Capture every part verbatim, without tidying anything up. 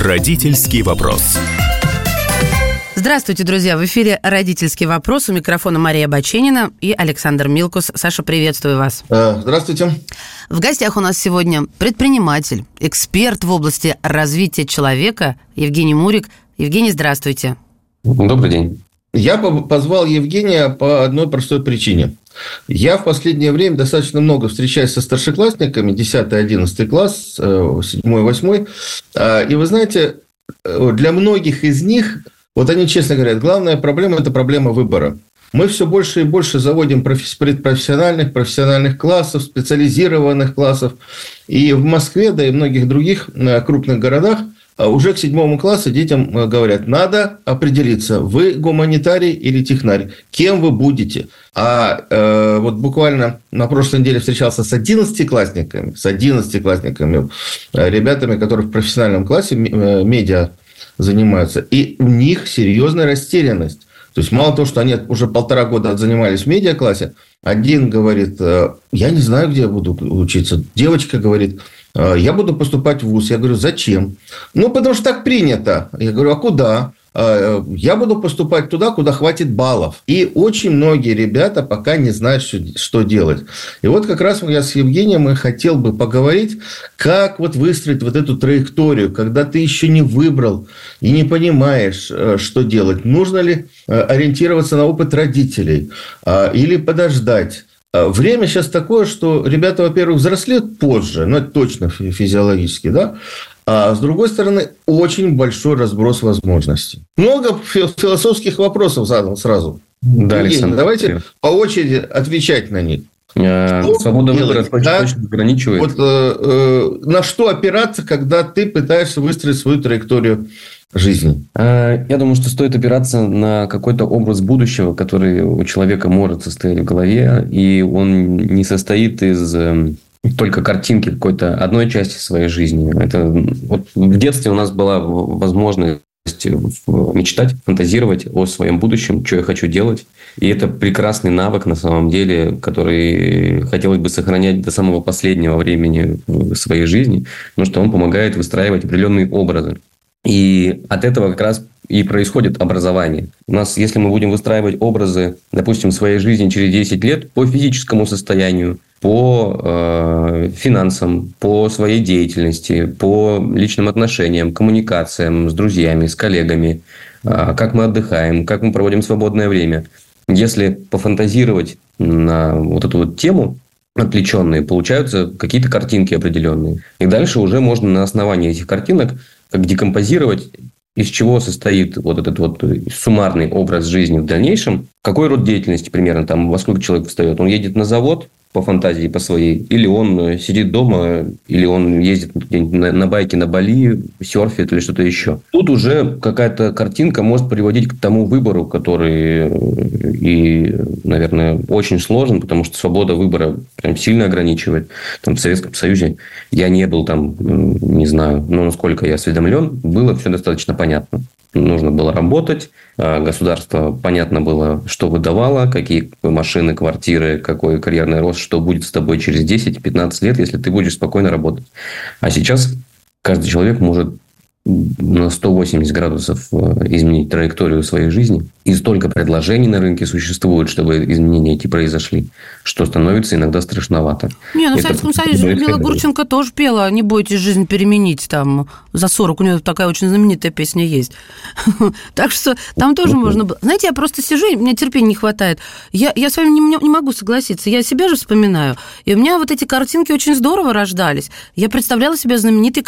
Родительский вопрос. Здравствуйте, друзья! В эфире «Родительский вопрос». У микрофона Мария Баченина и Александр Милкус. Саша, приветствую вас. Здравствуйте. В гостях у нас сегодня предприниматель, эксперт в области развития человека Евгений Мурик. Евгений, здравствуйте. Добрый день. Я позвал Евгения по одной простой причине. Я в последнее время достаточно много встречаюсь со старшеклассниками, десятый, одиннадцатый класс, седьмой, восьмой. И вы знаете, для многих из них, вот они честно говорят, главная проблема – это проблема выбора. Мы все больше и больше заводим предпрофессиональных, профессиональных классов, специализированных классов. И в Москве, да и в многих других крупных городах уже к седьмому классу детям говорят, надо определиться, вы гуманитарий или технарь, кем вы будете. А э, вот буквально на прошлой неделе встречался с одиннадцатиклассниками, с одиннадцатиклассниками, ребятами, которые в профессиональном классе медиа занимаются, и у них серьезная растерянность. То есть, мало того, что они уже полтора года занимались в медиаклассе, один говорит, я не знаю, где я буду учиться. Девочка говорит, я буду поступать в вуз. Я говорю, зачем? Ну, потому что так принято. Я говорю, а куда? Я буду поступать туда, куда хватит баллов. И очень многие ребята пока не знают, что делать. И вот как раз я с Евгением и хотел бы поговорить, как вот выстроить вот эту траекторию, когда ты еще не выбрал и не понимаешь, что делать. Нужно ли ориентироваться на опыт родителей или подождать? Время сейчас такое, что ребята, во-первых, взрослеют позже, ну, это точно физиологически, да, а с другой стороны, очень большой разброс возможностей. Много философских вопросов задал сразу. Да, Александр, давайте привет. По очереди отвечать на них. Свобода выбора точно ограничивает. Вот, э, э, на что опираться, когда ты пытаешься выстроить свою траекторию жизни? Я думаю, что стоит опираться на какой-то образ будущего, который у человека может состоять в голове, и он не состоит из только картинки какой-то одной части своей жизни. Это вот в детстве у нас была возможность мечтать, фантазировать о своем будущем, что я хочу делать. И это прекрасный навык, на самом деле, который хотелось бы сохранять до самого последнего времени в своей жизни, потому что он помогает выстраивать определенные образы. И от этого как раз и происходит образование. У нас, если мы будем выстраивать образы, допустим, своей жизни через десять лет по физическому состоянию, по э, финансам, по своей деятельности, по личным отношениям, коммуникациям с друзьями, с коллегами, э, как мы отдыхаем, как мы проводим свободное время. Если пофантазировать на вот эту вот тему, отвлеченные, получаются какие-то картинки определенные. И дальше уже можно на основании этих картинок как декомпозировать, из чего состоит вот этот вот суммарный образ жизни в дальнейшем, какой род деятельности примерно, там, во сколько человек встает. Он едет на завод по фантазии, по своей, или он сидит дома, или он ездит на, на байке на Бали, серфит или что-то еще. Тут уже какая-то картинка может приводить к тому выбору, который и, наверное, очень сложен, потому что свобода выбора прям сильно ограничивает. Там, в Советском Союзе я не был там, не знаю, но насколько я осведомлен, было все достаточно понятно. Нужно было работать, государство, понятно было, что выдавало, какие машины, квартиры, какой карьерный рост, что будет с тобой через десять-пятнадцать лет, если ты будешь спокойно работать. А сейчас каждый человек может на сто восемьдесят градусов изменить траекторию своей жизни. И столько предложений на рынке существует, чтобы изменения эти произошли, что становится иногда страшновато. Не, ну в Советском Союзе Людмила Гурченко тоже пела «Не бойтесь жизнь переменить» там за сорок. У нее такая очень знаменитая песня есть. Так что там тоже можно было. Знаете, я просто сижу, мне терпения не хватает. Я, я с вами не, не могу согласиться. Я себя же вспоминаю. И у меня вот эти картинки очень здорово рождались. Я представляла себя знаменитой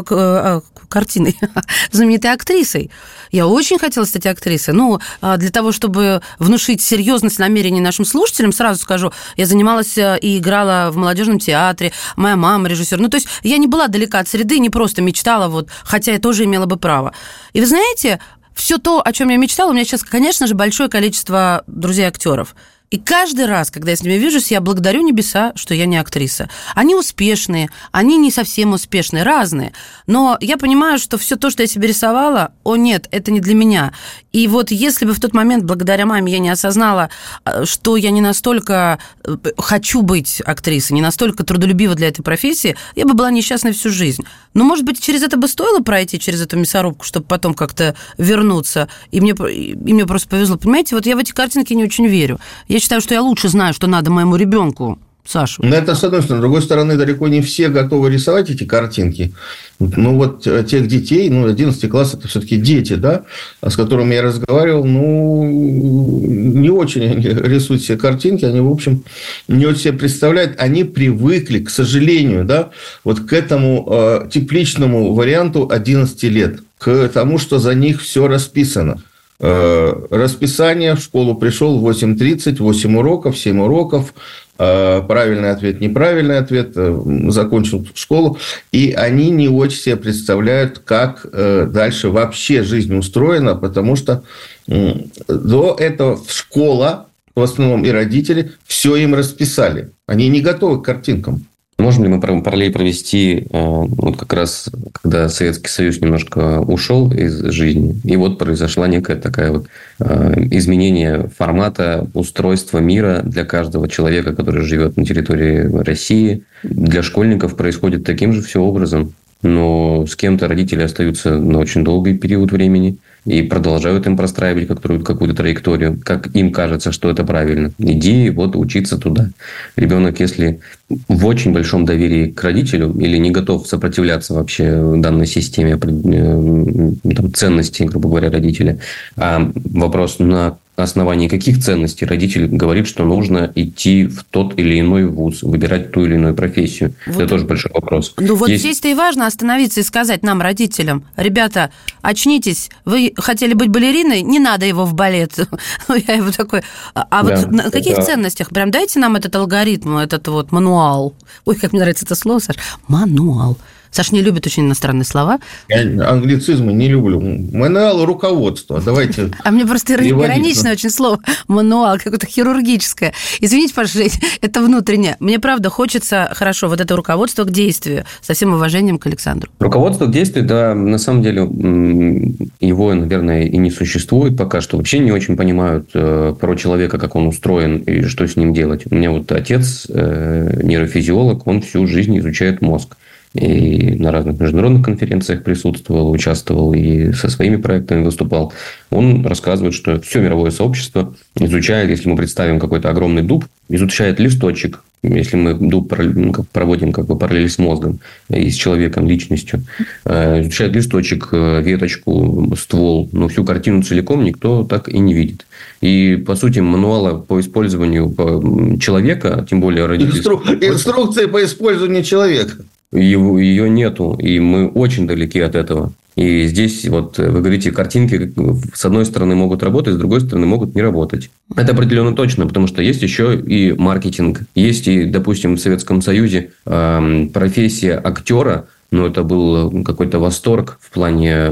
картиной, знаменитой актрисой. Я очень хотела стать актрисой. Ну, для того, чтобы внушить серьезность намерений нашим слушателям, сразу скажу, я занималась и играла в молодежном театре, моя мама режиссер. Ну, то есть я не была далека от среды, не просто мечтала, вот, хотя я тоже имела бы право. И вы знаете, все то, о чем я мечтала, у меня сейчас, конечно же, большое количество друзей-актеров. И каждый раз, когда я с ними вижусь, я благодарю небеса, что я не актриса. Они успешные, они не совсем успешные, разные. Но я понимаю, что все то, что я себе рисовала, о нет, это не для меня. И вот если бы в тот момент, благодаря маме, я не осознала, что я не настолько хочу быть актрисой, не настолько трудолюбива для этой профессии, я бы была несчастной всю жизнь. Но, может быть, через это бы стоило пройти, через эту мясорубку, чтобы потом как-то вернуться. И мне, и мне просто повезло. Понимаете, вот я в эти картинки не очень верю. Я считаю, что я лучше знаю, что надо моему ребенку, Саша. Ну, это с одной стороны. С другой стороны, далеко не все готовы рисовать эти картинки. Ну, вот тех детей, ну, одиннадцатый класс – это все-таки дети, да, с которыми я разговаривал, ну, не очень они рисуют себе картинки, они, в общем, не очень себе представляют. Они привыкли, к сожалению, да, вот к этому э, тепличному варианту одиннадцати лет, к тому, что за них все расписано. Расписание: в школу пришел в восемь тридцать, восемь уроков, семь уроков, правильный ответ, неправильный ответ, закончил школу. И они не очень себе представляют, как дальше вообще жизнь устроена, потому что до этого школа, в основном и родители, все им расписали. Они не готовы к картинкам. Можем ли мы параллель провести, вот как раз, когда Советский Союз немножко ушел из жизни, и вот произошла некая такая вот изменение формата устройства мира для каждого человека, который живет на территории России. Для школьников происходит таким же все образом, но с кем-то родители остаются на очень долгий период времени и продолжают им простраивать какую-то, какую-то траекторию, как им кажется, что это правильно. Иди вот учиться туда. Ребенок, если в очень большом доверии к родителю или не готов сопротивляться вообще данной системе там, ценностей, грубо говоря, родителя, а вопрос, на основании каких ценностей родитель говорит, что нужно идти в тот или иной вуз, выбирать ту или иную профессию. Вот. Это тоже большой вопрос. Ну вот Есть... здесь-то и важно остановиться и сказать нам, родителям: ребята, очнитесь, вы хотели быть балериной, не надо его в балет. Я его такой... А вот да, на каких это... ценностях? Прям дайте нам этот алгоритм, этот вот мануал. Ой, как мне нравится это слово, Саш. Мануал. Саша не любит очень иностранные слова. Я англицизмы не люблю. Мануал руководства. Давайте. А мне просто ироничное очень слово. Мануал, какое-то хирургическое. Извините, пожалуйста, это внутреннее. Мне, правда, хочется, хорошо, вот это руководство к действию. Со всем уважением к Александру. Руководство к действию, да, на самом деле, его, наверное, и не существует пока что. Вообще не очень понимают про человека, как он устроен и что с ним делать. У меня вот отец, нейрофизиолог, он всю жизнь изучает мозг. И на разных международных конференциях присутствовал, участвовал и со своими проектами выступал. Он рассказывает, что все мировое сообщество изучает, если мы представим какой-то огромный дуб, изучает листочек, если мы дуб проводим как бы параллель с мозгом и с человеком, личностью, изучает листочек, веточку, ствол, но всю картину целиком никто так и не видит. И, по сути, мануала по использованию человека, тем более родителей... Инстру... Инструкции по использованию человека. Его, ее нету, и мы очень далеки от этого. И здесь, вот вы говорите, картинки с одной стороны могут работать, с другой стороны могут не работать. Это определенно точно, потому что есть еще и маркетинг. Есть и, допустим, в Советском Союзе э, профессия актера, но это был какой-то восторг в плане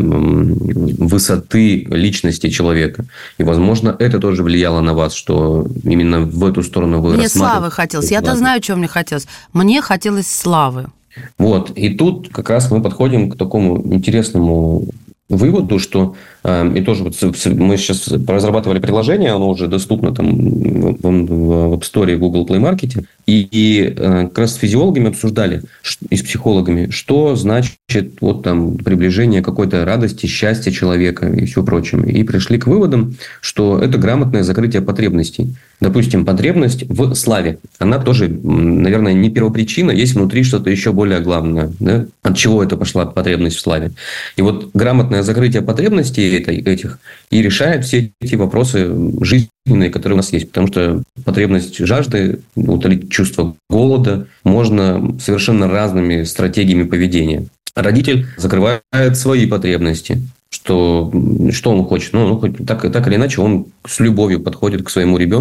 высоты личности человека. И, возможно, это тоже влияло на вас, что именно в эту сторону вы рассматривали. Мне славы хотелось. Я-то знаю, чего мне хотелось. Мне хотелось славы. Вот. И тут как раз мы подходим к такому интересному выводу, что э, и тоже вот мы сейчас разрабатывали приложение, оно уже доступно там в, в App Store и Google Play Market, и, и э, как раз с физиологами обсуждали и с психологами, что значит вот там приближение какой-то радости, счастья человека и все прочее. И пришли к выводам, что это грамотное закрытие потребностей. Допустим, потребность в славе. Она тоже, наверное, не первопричина, есть внутри что-то еще более главное. Да? От чего это пошла потребность в славе? И вот грамотное закрытие потребностей этой, этих и решает все эти вопросы жизненные, которые у нас есть. Потому что потребность жажды, утолить чувство голода можно совершенно разными стратегиями поведения. Родитель закрывает свои потребности. Что, что он хочет? Ну, он хоть, так, так или иначе, он с любовью подходит к своему ребенку.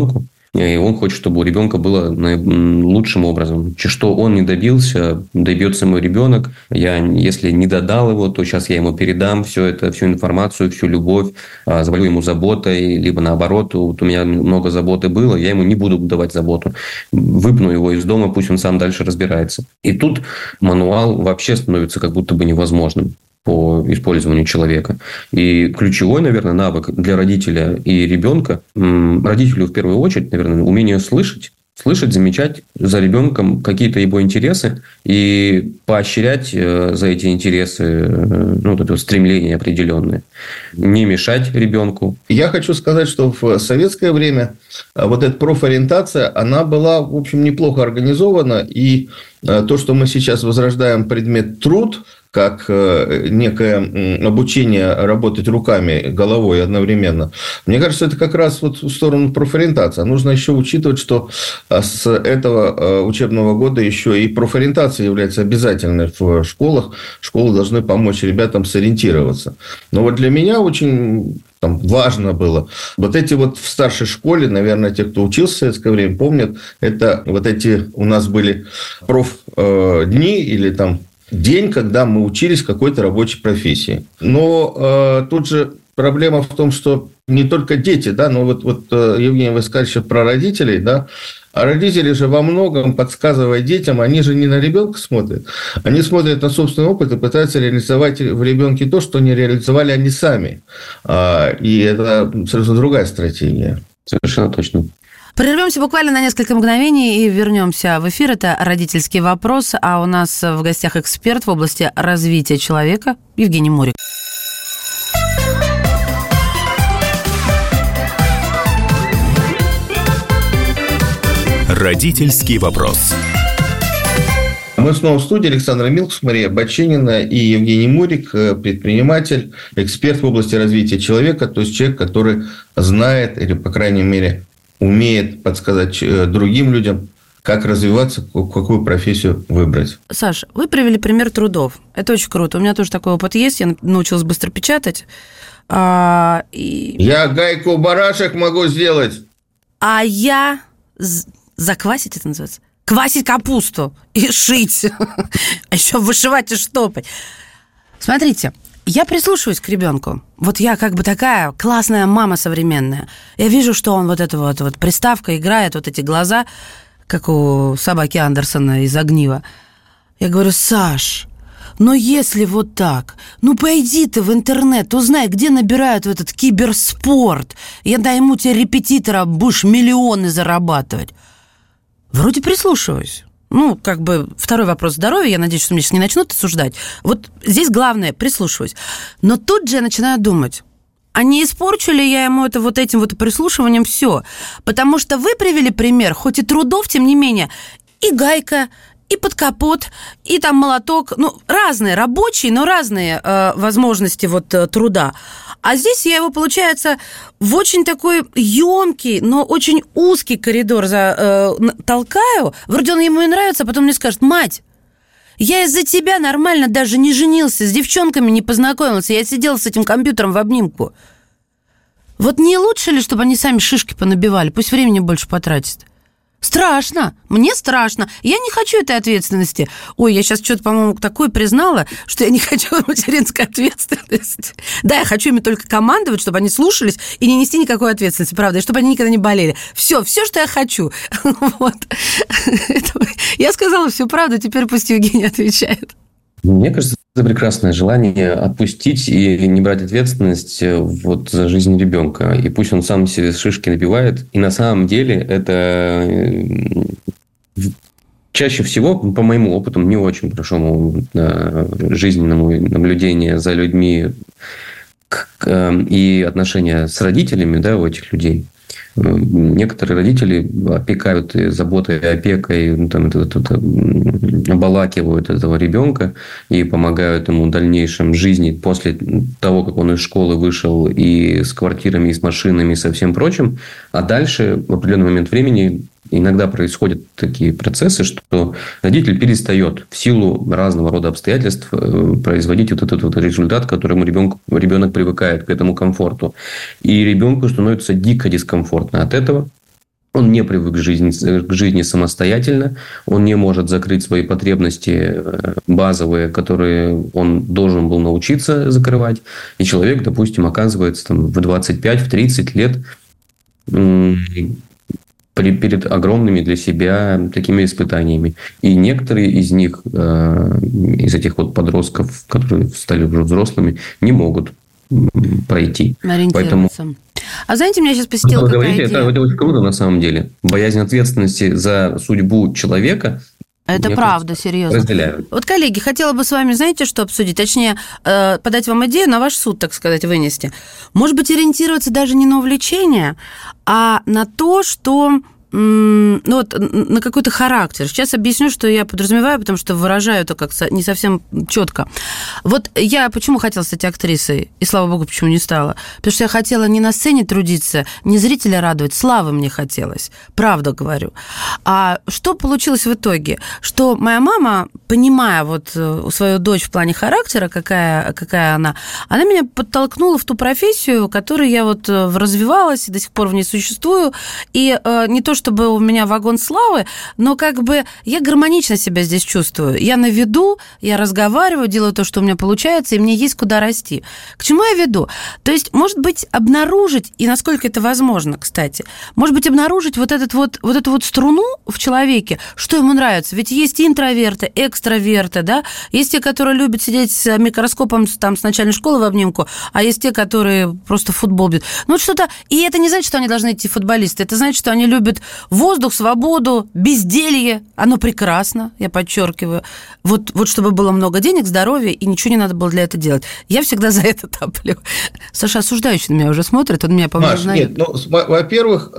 и он хочет, чтобы у ребенка было лучшим образом. Что он не добился, добьется мой ребенок. Я, если не додал его, то сейчас я ему передам все это, всю информацию, всю любовь, завалю ему заботой, либо наоборот, вот у меня много заботы было, я ему не буду давать заботу. Выпну его из дома, пусть он сам дальше разбирается. И тут мануал вообще становится как будто бы невозможным по использованию человека. И ключевой, наверное, навык для родителя и ребенка, родителю в первую очередь, наверное, умение слышать, слышать, замечать за ребенком какие-то его интересы и поощрять за эти интересы, ну, вот это стремление определенное. Не мешать ребенку. Я хочу сказать, что в советское время вот эта профориентация, она была, в общем, неплохо организована. И то, что мы сейчас возрождаем предмет труд, как некое обучение работать руками, головой одновременно. Мне кажется, это как раз вот в сторону профориентации. Нужно еще учитывать, что с этого учебного года еще и профориентация является обязательной в школах. Школы должны помочь ребятам сориентироваться. Но вот для меня очень там важно было. Вот эти вот в старшей школе, наверное, те, кто учился в советское время, помнят, это вот эти у нас были профдни или там день, когда мы учились какой-то рабочей профессии. Но э, тут же проблема в том, что не только дети, да, но вот, вот Евгений, вы сказали сейчас про родителей, да, а родители же во многом, подсказывая детям, они же не на ребенка смотрят, они смотрят на собственный опыт и пытаются реализовать в ребенке то, что не реализовали они сами. И это совершенно другая стратегия. Совершенно точно. Прервемся буквально на несколько мгновений и вернемся в эфир. Это «Родительский вопрос», а у нас в гостях эксперт в области развития человека Евгений Мурик. «Родительский вопрос». Мы снова в студии. Александр Милкус, Мария Баченина и Евгений Мурик, предприниматель, эксперт в области развития человека, то есть человек, который знает или, по крайней мере, умеет подсказать другим людям, как развиваться, какую профессию выбрать. Саш, вы привели пример трудов. Это очень круто. У меня тоже такой опыт есть. Я научилась быстро печатать. А, и... Я гайку барашек могу сделать. А я... Заквасить это называется? Квасить капусту и шить. А еще вышивать и штопать. Смотрите. Я прислушиваюсь к ребенку. Вот я как бы такая классная мама современная. Я вижу, что он вот это вот, вот приставка играет, вот эти глаза, как у собаки Андерсона из «Огнива». Я говорю: Саш, но если вот так, ну пойди ты в интернет, узнай, где набирают в этот киберспорт. Я найму тебе репетитора, будешь миллионы зарабатывать. Вроде прислушиваюсь. Ну, как бы, второй вопрос здоровья. Я надеюсь, что меня сейчас не начнут осуждать. Вот здесь главное, прислушиваюсь. Но тут же я начинаю думать, а не испорчу ли я ему это вот этим вот прислушиванием все? Потому что вы привели пример, хоть и трудов, тем не менее, и гайка, и под капот, и там молоток. Ну, разные, рабочие, но разные э, возможности вот э, труда. А здесь я его, получается, в очень такой емкий, но очень узкий коридор за, э, толкаю. Вроде он ему и нравится, а потом мне скажет: мать, я из-за тебя нормально даже не женился, с девчонками не познакомился, я сидела с этим компьютером в обнимку. Вот не лучше ли, чтобы они сами шишки понабивали, пусть времени больше потратят? Страшно, мне страшно. Я не хочу этой ответственности. Ой, я сейчас что-то, по-моему, такое признала, что я не хочу материнской ответственности. Да, я хочу ими только командовать, чтобы они слушались и не нести никакой ответственности, правда, и чтобы они никогда не болели. Все, все, что я хочу. Вот. Я сказала всю правду, теперь пусть Евгений отвечает. Мне кажется, это прекрасное желание отпустить и не брать ответственность вот за жизнь ребенка. И пусть он сам себе шишки набивает. И на самом деле это чаще всего, по моему опыту, не очень большому жизненному наблюдению за людьми и отношения с родителями, да, у этих людей. Некоторые родители опекают и заботой, и опекой, ну, там, это, это, это, обалакивают этого ребенка и помогают ему в дальнейшем жизни после того, как он из школы вышел и с квартирами, и с машинами, и со всем прочим. А дальше в определенный момент времени иногда происходят такие процессы, что родитель перестает в силу разного рода обстоятельств производить вот этот вот результат, к которому ребенок, ребенок привыкает к этому комфорту. И ребенку становится дико дискомфортно от этого. Он не привык к жизни, к жизни самостоятельно, он не может закрыть свои потребности базовые, которые он должен был научиться закрывать. И человек, допустим, оказывается там, в двадцать пять тридцать лет перед огромными для себя такими испытаниями. И некоторые из них, из этих вот подростков, которые стали уже взрослыми, не могут пройти. Поэтому... А знаете, меня сейчас посетила какая говорите, идея? Это, это очень круто на самом деле. Боязнь ответственности за судьбу человека. Это правда, серьезно. Разделяю. Вот, коллеги, хотела бы с вами, знаете, что обсудить? Точнее, подать вам идею, на ваш суд, так сказать, вынести. Может быть, ориентироваться даже не на увлечение, а на то, что... Ну, вот, на какой-то характер. Сейчас объясню, что я подразумеваю, потому что выражаю это как не совсем четко. Вот я почему хотела стать актрисой, и, слава богу, почему не стала? Потому что я хотела не на сцене трудиться, не зрителя радовать, славы мне хотелось, правду говорю. А что получилось в итоге? Что моя мама, понимая вот свою дочь в плане характера, какая, какая она, она меня подтолкнула в ту профессию, в которой я вот развивалась, и до сих пор в ней существую, и не то, чтобы у меня вагон славы, но как бы я гармонично себя здесь чувствую. Я на виду, я разговариваю, делаю то, что у меня получается, и мне есть куда расти. К чему я веду? То есть, может быть, обнаружить, и насколько это возможно, кстати, может быть, обнаружить вот, этот вот, вот эту вот струну в человеке, что ему нравится. Ведь есть интроверты, экстраверты, да? Есть те, которые любят сидеть с микроскопом там, с начальной школы в обнимку, а есть те, которые просто в футбол бьют. Ну, вот что-то... И это не значит, что они должны идти футболисты. Это значит, что они любят воздух, свободу, безделье. Оно прекрасно, я подчеркиваю. Вот, вот чтобы было много денег, здоровья, и ничего не надо было для этого делать. Я всегда за это топлю. Саша осуждающий на меня уже смотрит, он меня, по-моему, Маш, знает. Нет, ну, во-первых,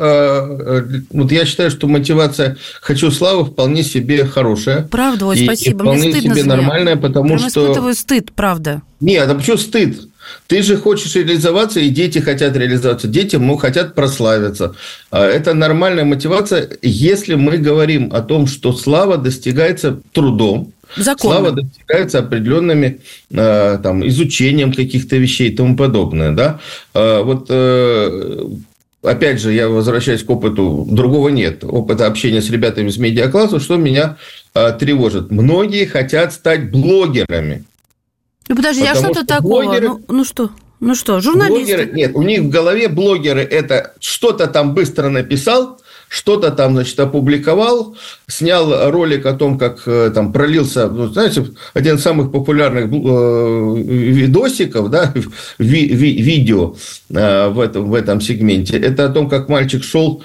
вот я считаю, что мотивация «хочу славы» вполне себе хорошая. Правда, ой, и, спасибо. И вполне Мне стыдно себе нормальная, потому Прям что... испытываю стыд, правда. Нет, а почему стыд? Ты же хочешь реализоваться, и дети хотят реализоваться. Дети ну, хотят прославиться. Это нормальная мотивация, если мы говорим о том, что слава достигается трудом. Законно. Слава достигается определенными там, изучением каких-то вещей и тому подобное. Да? Вот... Опять же, я возвращаюсь к опыту, другого нет, опыта общения с ребятами из медиакласса, что меня тревожит. Многие хотят стать блогерами. Ну, подожди, а что-то такого? Блогеры, ну, ну что? Ну что, журналисты? Блогеры, нет, у них в голове блогеры – это что-то там быстро написал, что-то там, значит, опубликовал, снял ролик о том, как там пролился, ну, знаете, один из самых популярных видосиков, да, ви- ви- видео в этом, в этом сегменте, это о том, как мальчик шел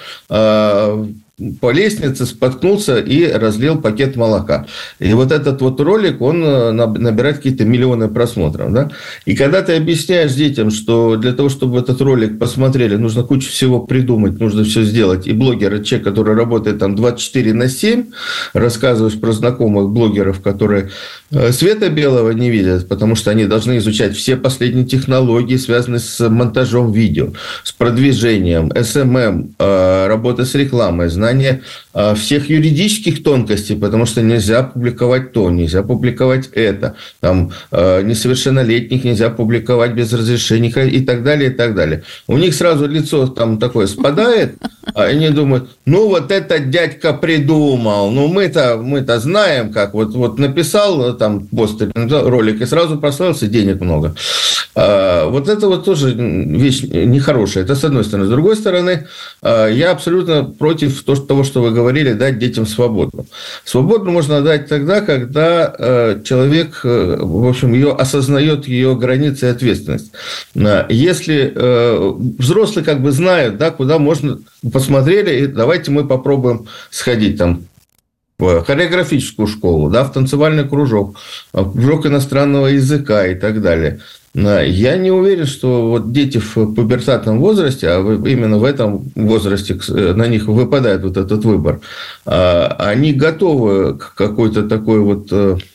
по лестнице, споткнулся и разлил пакет молока. И вот этот вот ролик, он набирает какие-то миллионы просмотров. Да? И когда ты объясняешь детям, что для того, чтобы этот ролик посмотрели, нужно кучу всего придумать, нужно все сделать. И блогер, это человек, который работает там двадцать четыре на семь, рассказываешь про знакомых блогеров, которые света белого не видят, потому что они должны изучать все последние технологии, связанные с монтажом видео, с продвижением, эс эм эм, работа с рекламой, знание всех юридических тонкостей, потому что нельзя публиковать то, нельзя публиковать это, там, несовершеннолетних нельзя публиковать без разрешения и так далее, и так далее. У них сразу лицо там такое спадает, а они думают, ну, вот этот дядька придумал, ну, мы-то, мы-то знаем, как, вот, вот написал там пост, ролик, и сразу прославился, денег много. А, вот это вот тоже вещь нехорошая, это с одной стороны. С другой стороны, я абсолютно против того, что вы говорили, дать детям свободу. Свободу можно дать тогда, когда человек, в общем, ее осознает, ее границы и ответственность. Если взрослые как бы знают, да, куда можно, посмотрели, и давайте мы попробуем сходить там в хореографическую школу, да, в танцевальный кружок, в кружок иностранного языка и так далее. Я не уверен, что вот дети в пубертатном возрасте, а именно в этом возрасте на них выпадает вот этот выбор, они готовы к какой-то такой вот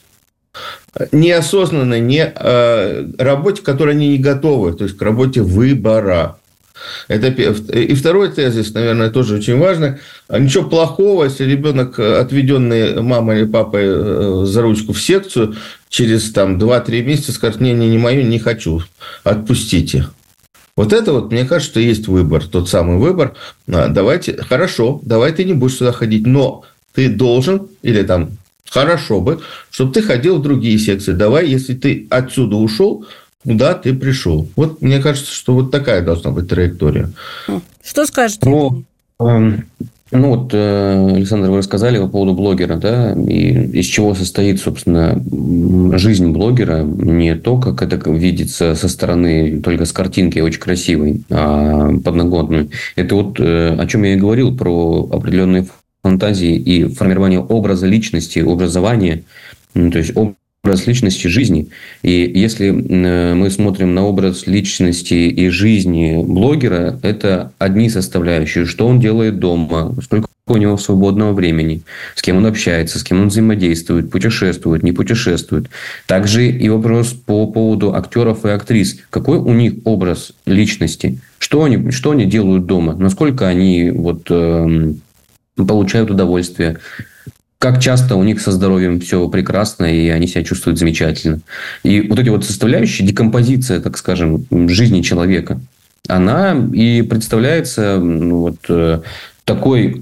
неосознанной не, работе, к которой они не готовы, то есть к работе выбора. Это... И второй тезис, наверное, тоже очень важный. Ничего плохого, если ребенок, отведенный мамой или папой за ручку в секцию, через там, два-три месяца скажет, не, не, не мою, не хочу, отпустите. Вот это вот, мне кажется, что есть выбор, тот самый выбор. Давайте, хорошо, давай ты не будешь сюда ходить, но ты должен, или там хорошо бы, чтобы ты ходил в другие секции. Давай, если ты отсюда ушел, куда ты пришел. Вот мне кажется, что вот такая должна быть траектория. Что скажете? Ну, э, ну вот, э, Александр, вы рассказали по поводу блогера, да, и из чего состоит, собственно, жизнь блогера, не то, как это видится со стороны, только с картинки очень красивой, а подноготной. Это вот э, о чем я и говорил, про определенные фантазии и формирование образа личности, образования, ну, то есть образ личности жизни. И если мы смотрим на образ личности и жизни блогера, это одни составляющие. Что он делает дома, сколько у него свободного времени, с кем он общается, с кем он взаимодействует, путешествует, не путешествует. Также и вопрос по поводу актеров и актрис. Какой у них образ личности? Что они, что они делают дома? Насколько они вот, э, получают удовольствие? Как часто у них со здоровьем все прекрасно, и они себя чувствуют замечательно. И вот эти вот составляющие, декомпозиция, так скажем, жизни человека, она и представляется ну, вот, такой,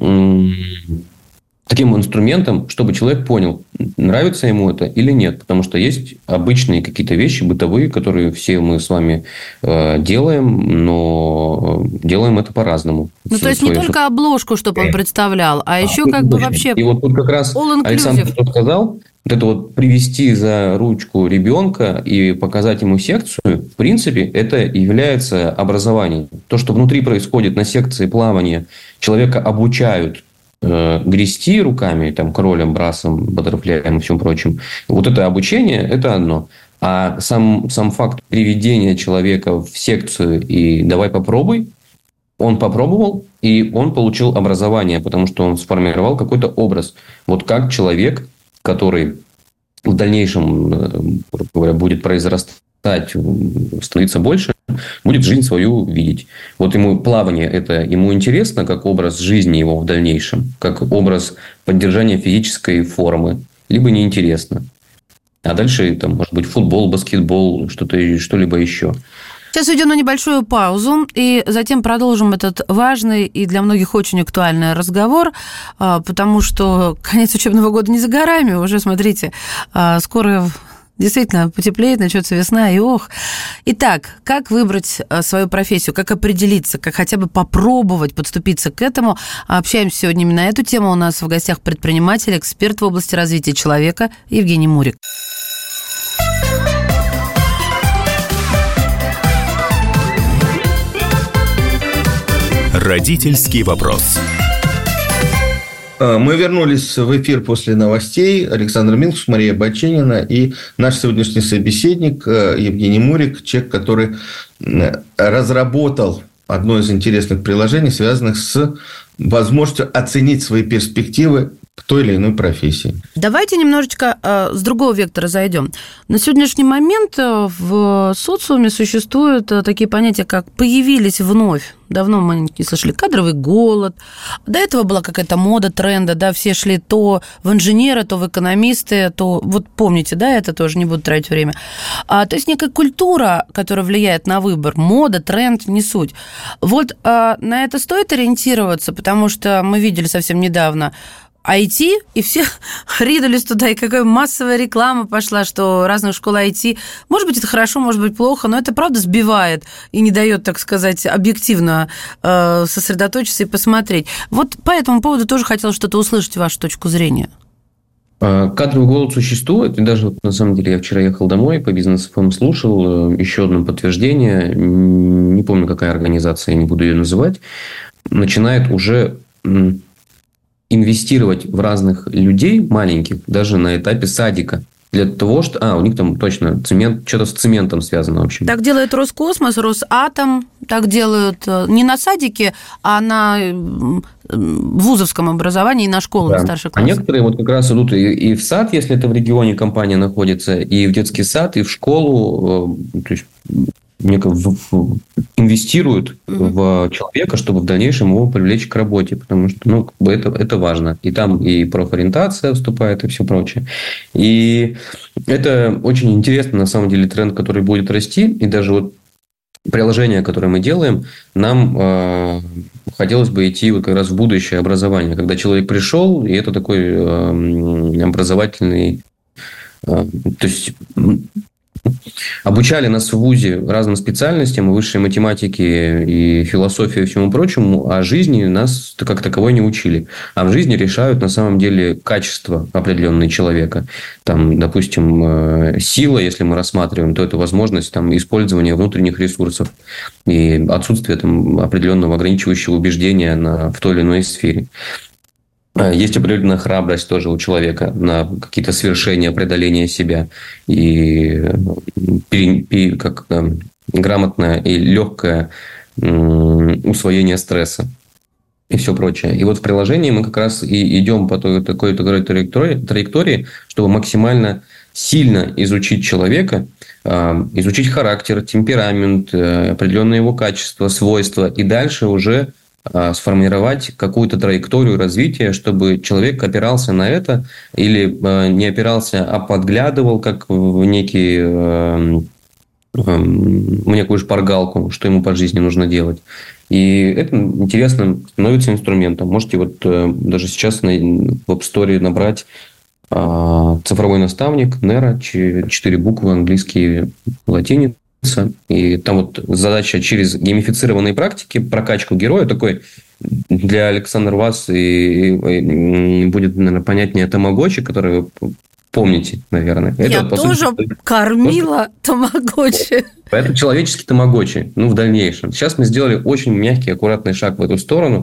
таким инструментом, чтобы человек понял, нравится ему это или нет. Потому что есть обычные какие-то вещи бытовые, которые все мы с вами делаем, но делаем это по-разному. Ну, то есть, не только обложку, чтобы он представлял, а еще как бы вообще и вот тут как раз Александр что сказал, вот это вот привести за ручку ребенка и показать ему секцию, в принципе, это является образованием. То, что внутри происходит на секции плавания, человека обучают э, грести руками, там, кролем, брасом, баттерфляем и всем прочим. Вот это обучение, это одно. А сам, сам факт приведения человека в секцию и «давай попробуй», он попробовал, и он получил образование, потому что он сформировал какой-то образ. Вот как человек, который в дальнейшем, говоря, будет произрастать, становиться больше, будет жизнь свою видеть. Вот ему плавание, это ему интересно, как образ жизни его в дальнейшем, как образ поддержания физической формы, либо неинтересно. А дальше, там, может быть, футбол, баскетбол, что-то, что-либо еще. Сейчас уйдем на небольшую паузу, и затем продолжим этот важный и для многих очень актуальный разговор, потому что конец учебного года не за горами, уже, смотрите, скоро действительно потеплеет, начнется весна, и ох. Итак, как выбрать свою профессию, как определиться, как хотя бы попробовать подступиться к этому? Общаемся сегодня именно на эту тему. У нас в гостях предприниматель, эксперт в области развития человека Евгений Мурик. Родительский вопрос. Мы вернулись в эфир после новостей. Александр Милкус, Мария Баченина и наш сегодняшний собеседник Евгений Мурик, человек, который разработал одно из интересных приложений, связанных с возможностью оценить свои перспективы к той или иной профессии. Давайте немножечко э, с другого вектора зайдем. На сегодняшний момент в социуме существуют такие понятия, как «появились вновь». Давно мы не слышали кадровый голод. До этого была какая-то мода, тренда, да, все шли то в инженеры, то в экономисты, то, вот помните, да, это тоже не буду тратить время. А, то есть некая культура, которая влияет на выбор, мода, тренд, не суть. Вот а, на это стоит ориентироваться, потому что мы видели совсем недавно ай ти, и все ринулись туда, и какая массовая реклама пошла, что разных школ ай ти. Может быть, это хорошо, может быть, плохо, но это, правда, сбивает и не дает, так сказать, объективно э, сосредоточиться и посмотреть. Вот по этому поводу тоже хотела что-то услышать, вашу точку зрения. Кадровый голод существует, и даже, на самом деле, я вчера ехал домой, по бизнес-эф эм слушал еще одно подтверждение, не помню, какая организация, я не буду ее называть, начинает уже инвестировать в разных людей маленьких, даже на этапе садика, для того, что... А, у них там точно цемент, что-то с цементом связано, в общем. Так делает Роскосмос, Росатом, так делают не на садике, а на вузовском образовании и на школах, да. Старших классов. А некоторые вот как раз идут и, и в сад, если это в регионе компания находится, и в детский сад, и в школу, то есть инвестируют mm-hmm. в человека, чтобы в дальнейшем его привлечь к работе, потому что ну, как бы это, это важно. И там и профориентация вступает, и все прочее. И это очень интересно, на самом деле, тренд, который будет расти. И даже вот приложение, которое мы делаем, нам э, хотелось бы идти вот как раз в будущее образование, когда человек пришел, и это такой э, образовательный... Э, то есть... Обучали нас в вузе разным специальностям, высшей математике и философии и всему прочему, а жизни нас как таковой не учили. А в жизни решают на самом деле качества определенные человека. Там, допустим, сила, если мы рассматриваем, то это возможность там, использования внутренних ресурсов и отсутствие там, определенного ограничивающего убеждения на, в той или иной сфере. Есть определенная храбрость тоже у человека на какие-то свершения, преодоления себя. И как грамотное и легкое усвоение стресса. И все прочее. И вот в приложении мы как раз и идем по той, такой, такой траектории, траектории, чтобы максимально сильно изучить человека, изучить характер, темперамент, определенные его качества, свойства. И дальше уже сформировать какую-то траекторию развития, чтобы человек опирался на это или не опирался, а подглядывал как в некий, в некую шпаргалку, что ему по жизни нужно делать. И это интересным становится инструментом. Можете вот даже сейчас в App Store набрать цифровой наставник, Нера, четыре буквы, английские, латиница. И там вот задача через геймифицированные практики, прокачку героя, такой для Александра Вас и, и, и будет, наверное, понятнее тамагочи, который вы помните, наверное. Я это, тоже сути, кормила тамагочи. Это человеческий тамагочи, ну, в дальнейшем. Сейчас мы сделали очень мягкий, аккуратный шаг в эту сторону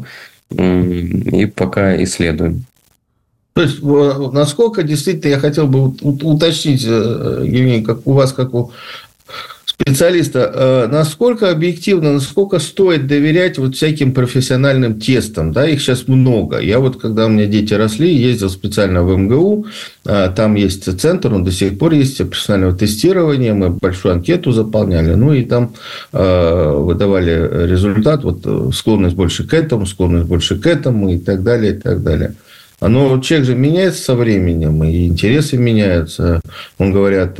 и пока исследуем. То есть, насколько действительно, я хотел бы уточнить, Евгений, как у вас, как у специалиста, насколько объективно, насколько стоит доверять вот всяким профессиональным тестам, да, их сейчас много. Я вот, когда у меня дети росли, ездил специально в эм гэ у, там есть центр, он до сих пор есть, профессионального тестирования, мы большую анкету заполняли, ну, и там выдавали результат, вот склонность больше к этому, склонность больше к этому и так далее, и так далее. Но человек же меняется со временем, и интересы меняются. Он говорят,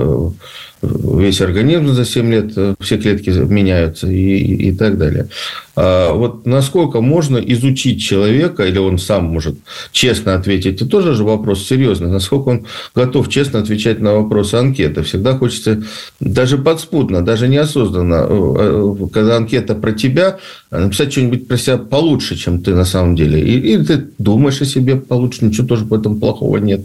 весь организм за семь лет, все клетки меняются и, и так далее. А вот насколько можно изучить человека, или он сам может честно ответить, это тоже же вопрос серьезный, насколько он готов честно отвечать на вопросы анкеты. Всегда хочется даже подспудно, даже неосознанно, когда анкета про тебя, написать что-нибудь про себя получше, чем ты на самом деле. Или ты думаешь о себе получше, ничего тоже в этом плохого нет.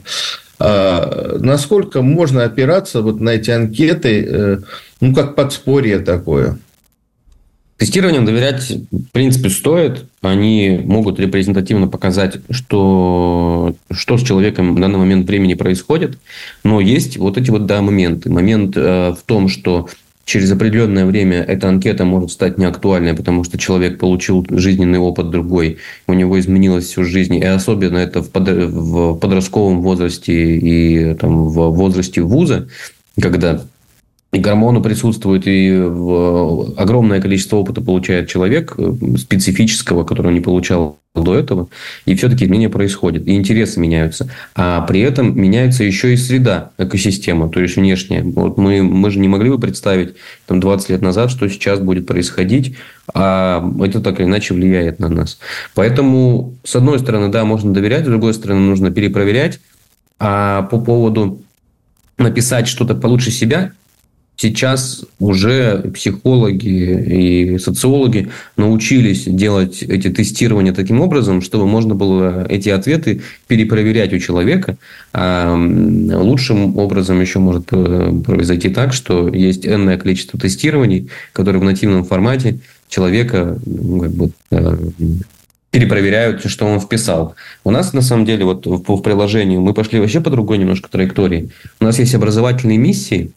А насколько можно опираться вот на эти анкеты, ну, как подспорье такое? Тестированием доверять, в принципе, стоит. Они могут репрезентативно показать, что, что с человеком в данный момент времени происходит. Но есть вот эти вот, да, моменты. Момент э, в том, что через определенное время эта анкета может стать неактуальной, потому что человек получил жизненный опыт другой, у него изменилась всю жизнь, и особенно это в, под, в подростковом возрасте и там, в возрасте вуза, когда и гормоны присутствуют, и огромное количество опыта получает человек, специфического, которого не получал до этого, и все-таки изменения происходят, и интересы меняются. А при этом меняется еще и среда, экосистема, то есть внешняя. Вот мы, мы же не могли бы представить там, двадцать лет назад, что сейчас будет происходить, а это так или иначе влияет на нас. Поэтому, с одной стороны, да, можно доверять, с другой стороны, нужно перепроверять. А по поводу написать что-то получше себя, сейчас уже психологи и социологи научились делать эти тестирования таким образом, чтобы можно было эти ответы перепроверять у человека. А лучшим образом еще может произойти так, что есть энное количество тестирований, которые в нативном формате человека как бы, перепроверяют, что он вписал. У нас, на самом деле, вот в приложении мы пошли вообще по другой немножко траектории. У нас есть образовательные миссии.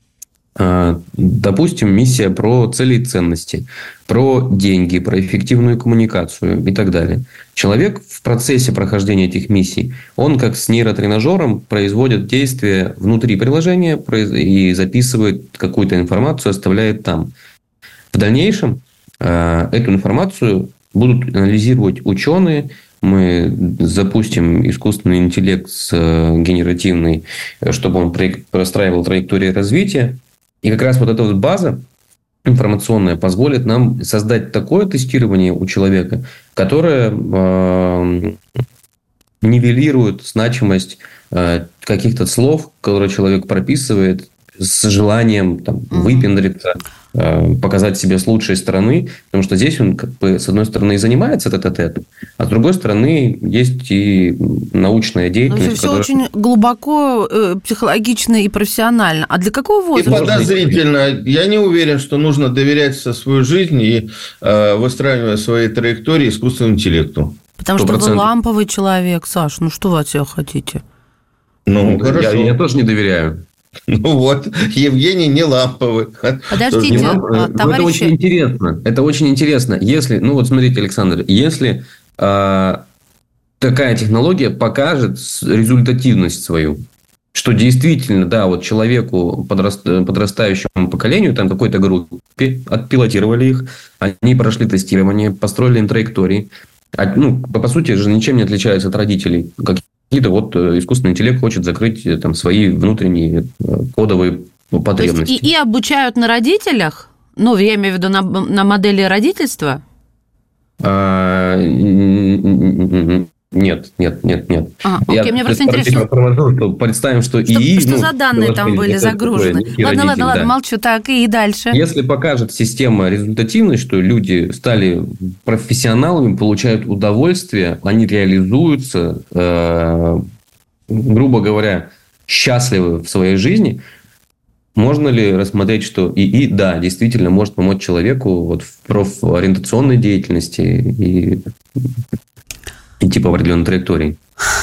Допустим, миссия про цели и ценности, про деньги, про эффективную коммуникацию и так далее. Человек в процессе прохождения этих миссий, он как с нейротренажером производит действия внутри приложения и записывает какую-то информацию, оставляет там. В дальнейшем эту информацию будут анализировать ученые. Мы запустим искусственный интеллект с генеративный, чтобы он простраивал траектории развития. И как раз вот эта вот база информационное позволит нам создать такое тестирование у человека, которое э, нивелирует значимость э, каких-то слов, которые человек прописывает с желанием там, mm-hmm. выпендриться, э, показать себя с лучшей стороны, потому что здесь он, как бы, с одной стороны, и занимается тет-а-тет, а с другой стороны, есть и научная деятельность. Все которая... очень глубоко, э, психологично и профессионально. А для какого возраста? И подозрительно. Я не уверен, что нужно доверять со свою жизнь и э, выстраивать свои траектории искусственному интеллекту. Потому сто процентов. Что вы ламповый человек, Саш. Ну, что вы от себя хотите? Ну, хорошо. Я, я тоже не доверяю. Ну вот, Евгений не ламповый. Подождите, не ламп... а, товарищи... Это очень интересно. Это очень интересно. Если, ну вот смотрите, Александр, если э, такая технология покажет результативность свою, что действительно, да, вот человеку, подраст... подрастающему поколению, там какой-то группе, отпилотировали их, они прошли тестирование, построили им траектории. А, ну, по сути же ничем не отличаются от родителей. Какие-то вот искусственный интеллект хочет закрыть там свои внутренние кодовые потребности. То есть ИИ обучают на родителях? Ну, я имею в виду на, на модели родительства? А, нет, нет, нет, нет. А, окей, я мне просто интересно. Что представим, что Что, ИИ... что ну, за данные там были загружены? Ладно, родитель, ладно, ладно, да. молчу. Так, и дальше. Если покажет система результативность, что люди стали профессионалами, получают удовольствие, они реализуются, э, грубо говоря, счастливы в своей жизни, можно ли рассмотреть, что ИИ, да, действительно может помочь человеку вот в профориентационной деятельности и... идти по определенной траектории?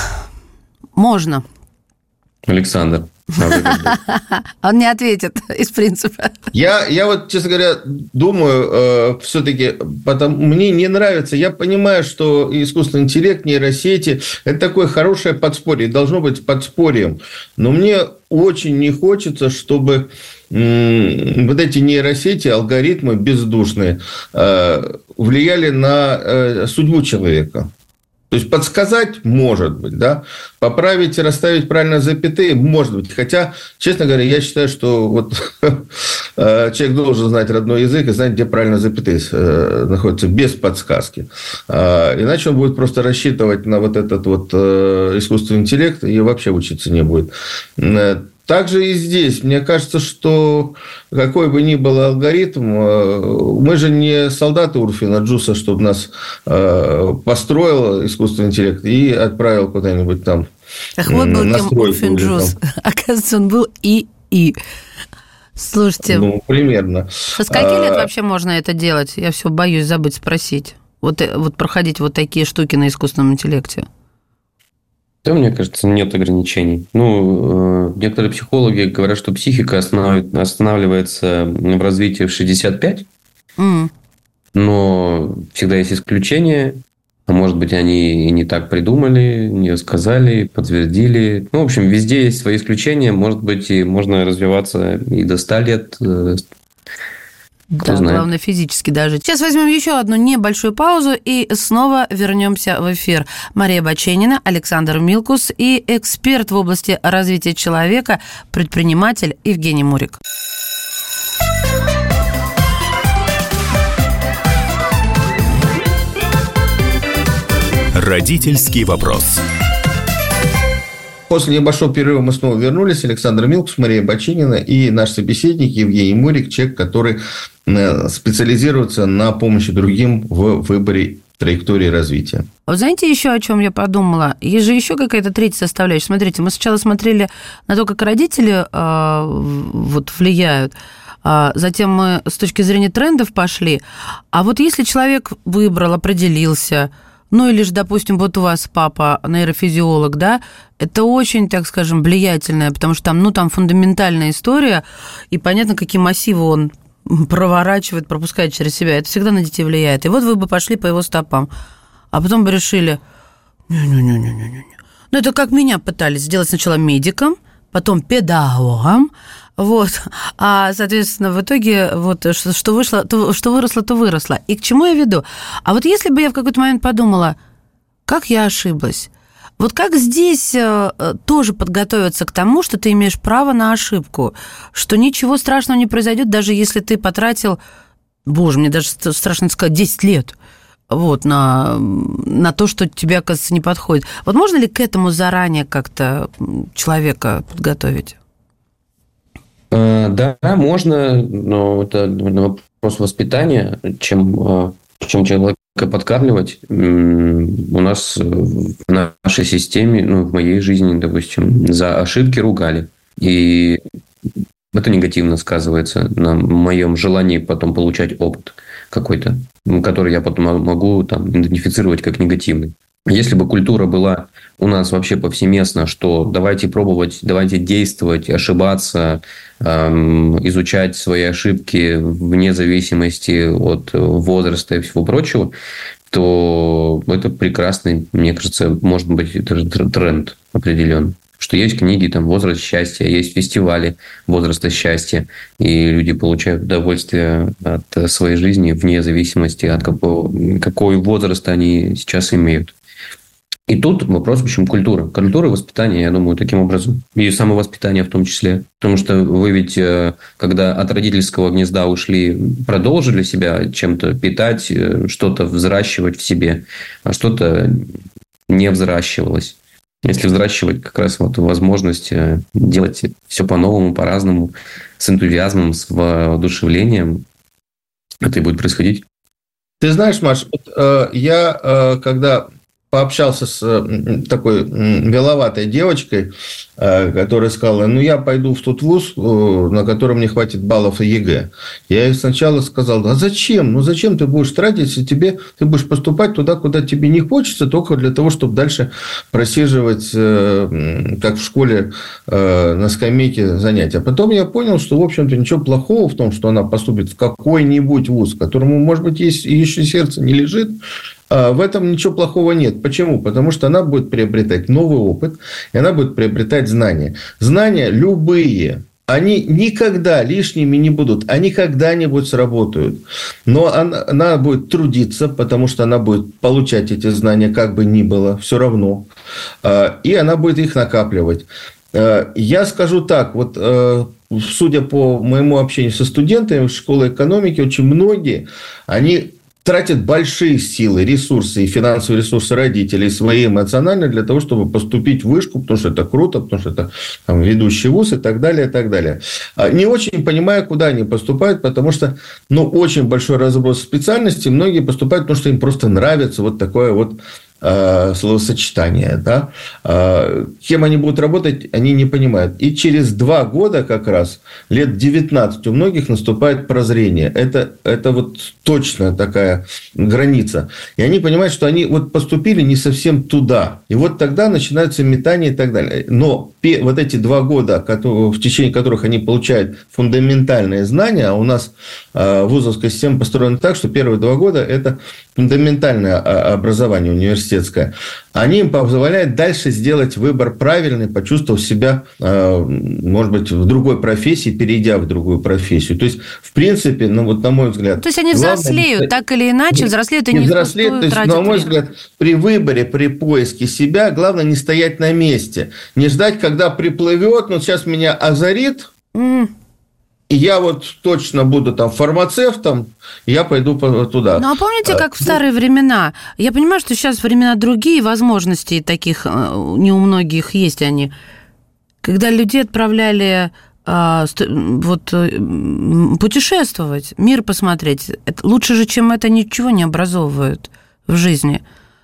Можно. Александр. Он не ответит из принципа. Я, я вот, честно говоря, думаю, э, все-таки, потому, мне не нравится, я понимаю, что искусственный интеллект, нейросети – это такое хорошее подспорье, должно быть подспорьем, но мне очень не хочется, чтобы м, вот эти нейросети, алгоритмы бездушные э, влияли на э, судьбу человека. То есть, подсказать может быть, да, поправить и расставить правильно запятые может быть. Хотя, честно говоря, я считаю, что вот человек должен знать родной язык и знать, где правильно запятые находятся, без подсказки. Иначе он будет просто рассчитывать на вот этот вот искусственный интеллект и вообще учиться не будет. Также и здесь. Мне кажется, что какой бы ни был алгоритм, мы же не солдаты Урфина Джуса, чтобы нас построил искусственный интеллект и отправил куда-нибудь там. Ах, вот был кем Урфин Джус. Оказывается, он был ИИ. Слушайте. Ну, примерно. Со скольки лет вообще можно это делать? Я все боюсь забыть спросить. Вот, вот проходить вот такие штуки на искусственном интеллекте. Да, мне кажется, нет ограничений. Ну, некоторые психологи говорят, что психика останавливается в развитии в шестьдесят пять, mm. но всегда есть исключения. А может быть, они и не так придумали, не сказали, подтвердили. Ну, в общем, везде есть свои исключения. Может быть, и можно развиваться и до ста лет. Кто да, знает. Главное, физически даже. Сейчас возьмем еще одну небольшую паузу и снова вернемся в эфир. Мария Баченина, Александр Милкус и эксперт в области развития человека, предприниматель Евгений Мурик. Родительский вопрос. После небольшого перерыва мы снова вернулись. Александр Милкус, Мария Баченина и наш собеседник Евгений Мурик, человек, который специализируется на помощи другим в выборе траектории развития. Вот знаете, еще о чем я подумала? Есть же еще какая-то третья составляющая. Смотрите, мы сначала смотрели на то, как родители э, вот, влияют, а затем мы с точки зрения трендов пошли. А вот если человек выбрал, определился, ну или же, допустим, вот у вас папа нейрофизиолог, да, это очень, так скажем, влиятельное, потому что там, ну, там фундаментальная история, и понятно, какие массивы он проворачивает, пропускает через себя. Это всегда на детей влияет. И вот вы бы пошли по его стопам, а потом бы решили, не-не-не-не-не-не. Ну, это как меня пытались сделать сначала медиком, потом педагогом, вот, а, соответственно, в итоге вот что вышло, то, что выросло, то выросло. И к чему я веду? А вот если бы я в какой-то момент подумала, как я ошиблась, Вот как здесь тоже подготовиться к тому, что ты имеешь право на ошибку, что ничего страшного не произойдет, даже если ты потратил, боже, мне даже страшно сказать, десять лет вот, на, на то, что тебе, оказывается, не подходит. Вот можно ли к этому заранее как-то человека подготовить? Да, можно, но это вопрос воспитания, чем, чем человека подкармливать. У нас в нашей системе, ну, в моей жизни, допустим, за ошибки ругали. И это негативно сказывается на моем желании потом получать опыт какой-то, который я потом могу там идентифицировать как негативный. Если бы культура была у нас вообще повсеместно, что давайте пробовать, давайте действовать, ошибаться, эм, изучать свои ошибки вне зависимости от возраста и всего прочего, то это прекрасный, мне кажется, может быть, тренд определенный. Что есть книги, там, «Возраст счастья», есть фестивали «Возраста счастья», и люди получают удовольствие от своей жизни вне зависимости от какого, какой возраст они сейчас имеют. И тут вопрос, в общем, культура. Культура воспитания, я думаю, таким образом. И самовоспитание в том числе. Потому что вы ведь, когда от родительского гнезда ушли, продолжили себя чем-то питать, что-то взращивать в себе, а что-то не взращивалось. Если взращивать как раз вот возможность делать все по-новому, по-разному, с энтузиазмом, с воодушевлением, это и будет происходить. Ты знаешь, Маш, вот, э, я э, когда пообщался с э, такой э, беловатой девочкой, э, которая сказала, ну, я пойду в тот вуз, э, на котором не хватит баллов и ЕГЭ. Я ей сначала сказал, а зачем? Ну, зачем ты будешь тратить, если тебе, ты будешь поступать туда, куда тебе не хочется, только для того, чтобы дальше просиживать, э, как в школе, э, на скамейке занятия. А потом я понял, что, в общем-то, ничего плохого в том, что она поступит в какой-нибудь вуз, которому, может быть, есть, еще сердце не лежит. В этом ничего плохого нет. Почему? Потому что она будет приобретать новый опыт, и она будет приобретать знания. Знания любые, они никогда лишними не будут, они когда-нибудь сработают. Но она, она будет трудиться, потому что она будет получать эти знания, как бы ни было, все равно. И она будет их накапливать. Я скажу так, вот судя по моему общению со студентами в школе экономики, очень многие, они тратят большие силы, ресурсы и финансовые ресурсы родителей, свои эмоциональные, для того, чтобы поступить в вышку, потому что это круто, потому что это там, ведущий вуз и так далее, и так далее. Не очень понимаю, куда они поступают, потому что ну, очень большой разброс специальностей. Многие поступают, потому что им просто нравится вот такое вот словосочетание. Да? Кем они будут работать, они не понимают. И через два года как раз, лет девятнадцать, у многих наступает прозрение. Это, это вот точно такая граница. И они понимают, что они вот поступили не совсем туда. И вот тогда начинаются метания и так далее. Но вот эти два года, в течение которых они получают фундаментальные знания, а у нас вузовская система построена так, что первые два года – это фундаментальное образование университетское, они им позволяют дальше сделать выбор правильный, почувствовав себя, может быть, в другой профессии, перейдя в другую профессию. То есть, в принципе, ну, вот на мой взгляд... То есть, они взрослеют, главное, так или иначе, взрослеют и не взрослеют. То есть, на мой взгляд, при выборе, при поиске себя, главное не стоять на месте, не ждать, когда приплывет, ну, сейчас меня озарит... Mm. И я вот точно буду там фармацевтом, и я пойду туда. Ну, а помните, как в старые времена? Я понимаю, что сейчас времена другие, возможности таких не у многих есть они. Когда людей отправляли вот, путешествовать, мир посмотреть, это лучше же, чем это, ничего не образовывают в жизни.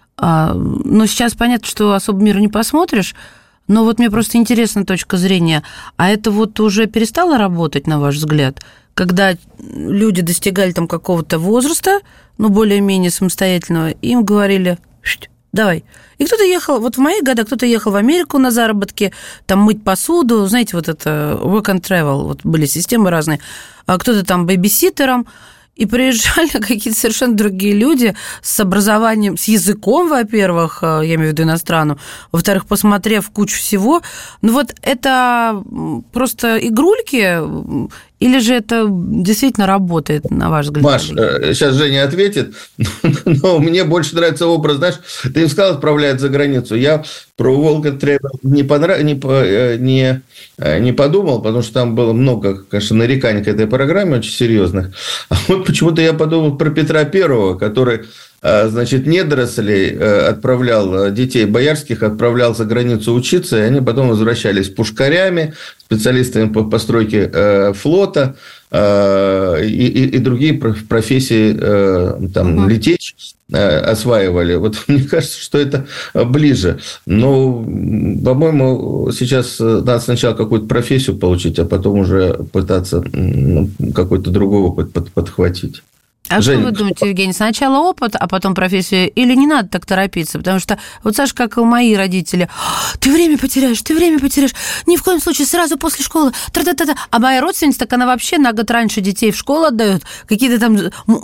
Но сейчас понятно, что особо мира не посмотришь. Но вот мне просто интересна точка зрения. А это вот уже перестало работать, на ваш взгляд? Когда люди достигали там какого-то возраста, ну, более-менее самостоятельного, им говорили, давай. И кто-то ехал, вот в мои годы кто-то ехал в Америку на заработки, там мыть посуду, знаете, вот это work and travel, вот были системы разные, а кто-то там бэйбиситером. И приезжали какие-то совершенно другие люди с образованием, с языком, во-первых, я имею в виду иностранным, во-вторых, посмотрев кучу всего. Ну вот это просто игрульки, Или же это действительно работает, на ваш взгляд? Маш, сейчас Женя ответит, но мне больше нравится образ, знаешь, ты им сказал, отправляют за границу. Я про Волга не, понрав... не, не, не подумал, потому что там было много, конечно, нареканий к этой программе, очень серьезных. А вот почему-то я подумал про Петра Первого, который, значит, недорослей отправлял, детей боярских отправлял за границу учиться, и они потом возвращались пушкарями, специалистами по постройке флота и, и, и другие профессии, там, uh-huh. летечь осваивали. Вот мне кажется, что это ближе. Но, по-моему, сейчас надо сначала какую-то профессию получить, а потом уже пытаться какой-то другой опыт подхватить. А Женя, что вы думаете, Евгений, сначала опыт, а потом профессию? Или не надо так торопиться? Потому что вот, Саша, как и мои родители, ты время потеряешь, ты время потеряешь, ни в коем случае сразу после школы. Тра-та-та-та. А моя родственница, так она вообще на год раньше детей в школу отдает, какие-то там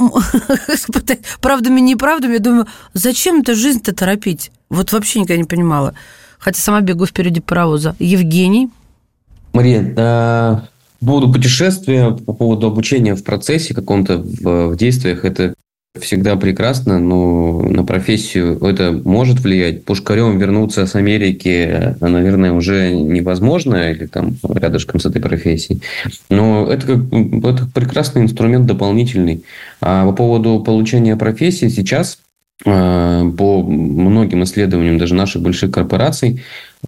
правдами, неправдами. Я думаю, зачем эту жизнь-то торопить? Вот вообще никогда не понимала. Хотя сама бегу впереди паровоза. Евгений? Мария, да... По поводу путешествия, по поводу обучения в процессе каком-то, в, в действиях, это всегда прекрасно, но на профессию это может влиять. Пушкарем вернуться с Америки, наверное, уже невозможно, или там рядышком с этой профессией. Но это, это прекрасный инструмент дополнительный. А по поводу получения профессии сейчас, по многим исследованиям даже наших больших корпораций,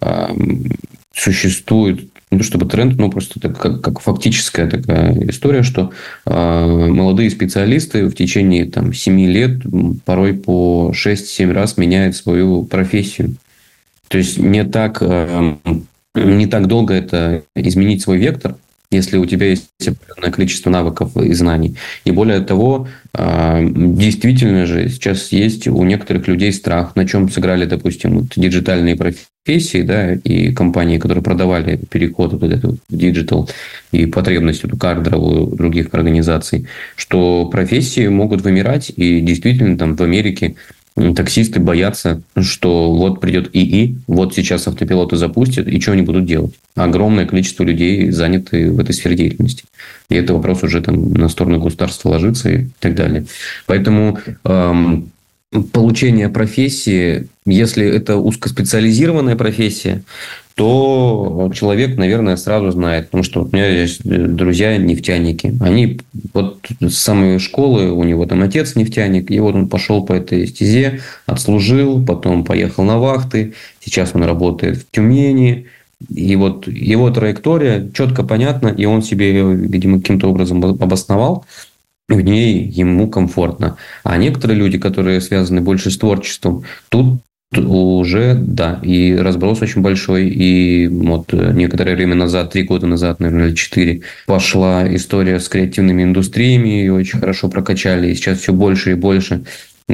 существует не то чтобы тренд, но просто это как, как фактическая такая история, что э, молодые специалисты в течение там, семи лет порой по шесть-семь раз меняют свою профессию. То есть не так, э, не так долго это изменить свой вектор, если у тебя есть определенное количество навыков и знаний. И более того, действительно же сейчас есть у некоторых людей страх, на чем сыграли, допустим, вот диджитальные профессии, да, и компании, которые продавали переход вот этот в диджитал и потребность эту кадровую других организаций, что профессии могут вымирать, и действительно там в Америке таксисты боятся, что вот придет ИИ, вот сейчас автопилоты запустят, и что они будут делать? Огромное количество людей заняты в этой сфере деятельности. И это вопрос уже там на сторону государства ложится и так далее. Поэтому эм, получение профессии, если это узкоспециализированная профессия, то человек, наверное, сразу знает. Потому что у меня есть друзья-нефтяники. Они вот с самой школы, у него там отец нефтяник, и вот он пошел по этой стезе, отслужил, потом поехал на вахты, сейчас он работает в Тюмени. И вот его траектория четко понятна, и он себе ее, видимо, каким-то образом обосновал. В ней ему комфортно. А некоторые люди, которые связаны больше с творчеством, тут уже, да, и разброс очень большой. И вот некоторое время назад, три года назад, наверное, или четыре, пошла история с креативными индустриями, ее очень хорошо прокачали. И сейчас все больше и больше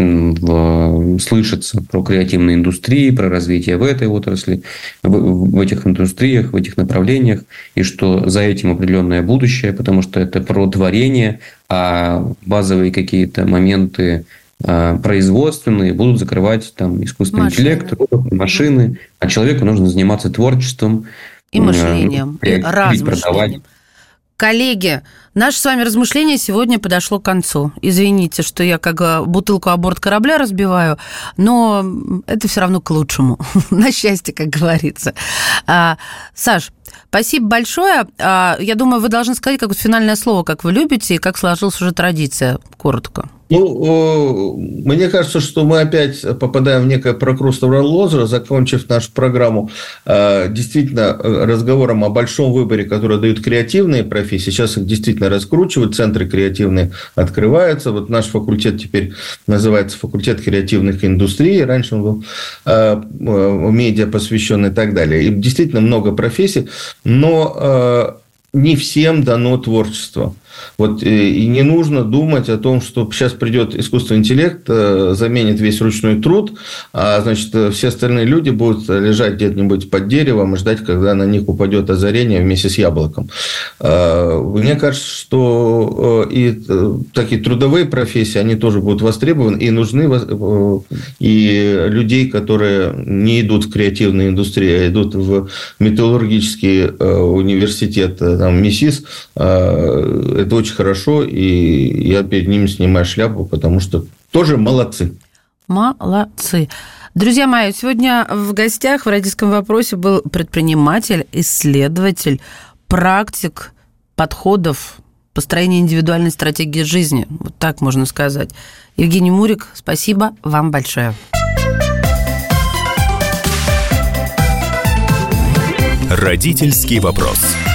в, слышится про креативные индустрии, про развитие в этой отрасли, в, в этих индустриях, в этих направлениях, и что за этим определенное будущее, потому что это про творение, а базовые какие-то моменты производственные будут закрывать там искусственный машины. интеллект, роботы, машины, а человеку нужно заниматься творчеством и мышлением, и размышлением. Коллеги, наше с вами размышление сегодня подошло к концу. Извините, что я как бутылку о борт корабля разбиваю, но это все равно к лучшему. На счастье, как говорится. Саш, спасибо большое. Я думаю, вы должны сказать какое-то финальное слово, как вы любите, и как сложилась уже традиция, коротко. Ну, мне кажется, что мы опять попадаем в некое прокрустово лозеро, закончив нашу программу действительно разговором о большом выборе, который дают креативные профессии. Сейчас их действительно раскручивают, центры креативные открываются. Вот наш факультет теперь называется факультет креативных индустрий. Раньше он был медиа посвящен и так далее. И действительно много профессий, но не всем дано творчество. Вот, и не нужно думать о том, что сейчас придет искусственный интеллект, заменит весь ручной труд, а, значит, все остальные люди будут лежать где-нибудь под деревом и ждать, когда на них упадет озарение вместе с яблоком. Мне кажется, что и такие трудовые профессии, они тоже будут востребованы и нужны, и людей, которые не идут в креативную индустрию, а идут в металлургический университет, там, МИСИС, это очень хорошо, и я перед ними снимаю шляпу, потому что тоже молодцы. Молодцы. Друзья мои, сегодня в гостях в «Родительском вопросе» был предприниматель, исследователь, практик подходов построения индивидуальной стратегии жизни. Вот так можно сказать. Евгений Мурик, спасибо вам большое. «Родительский вопрос».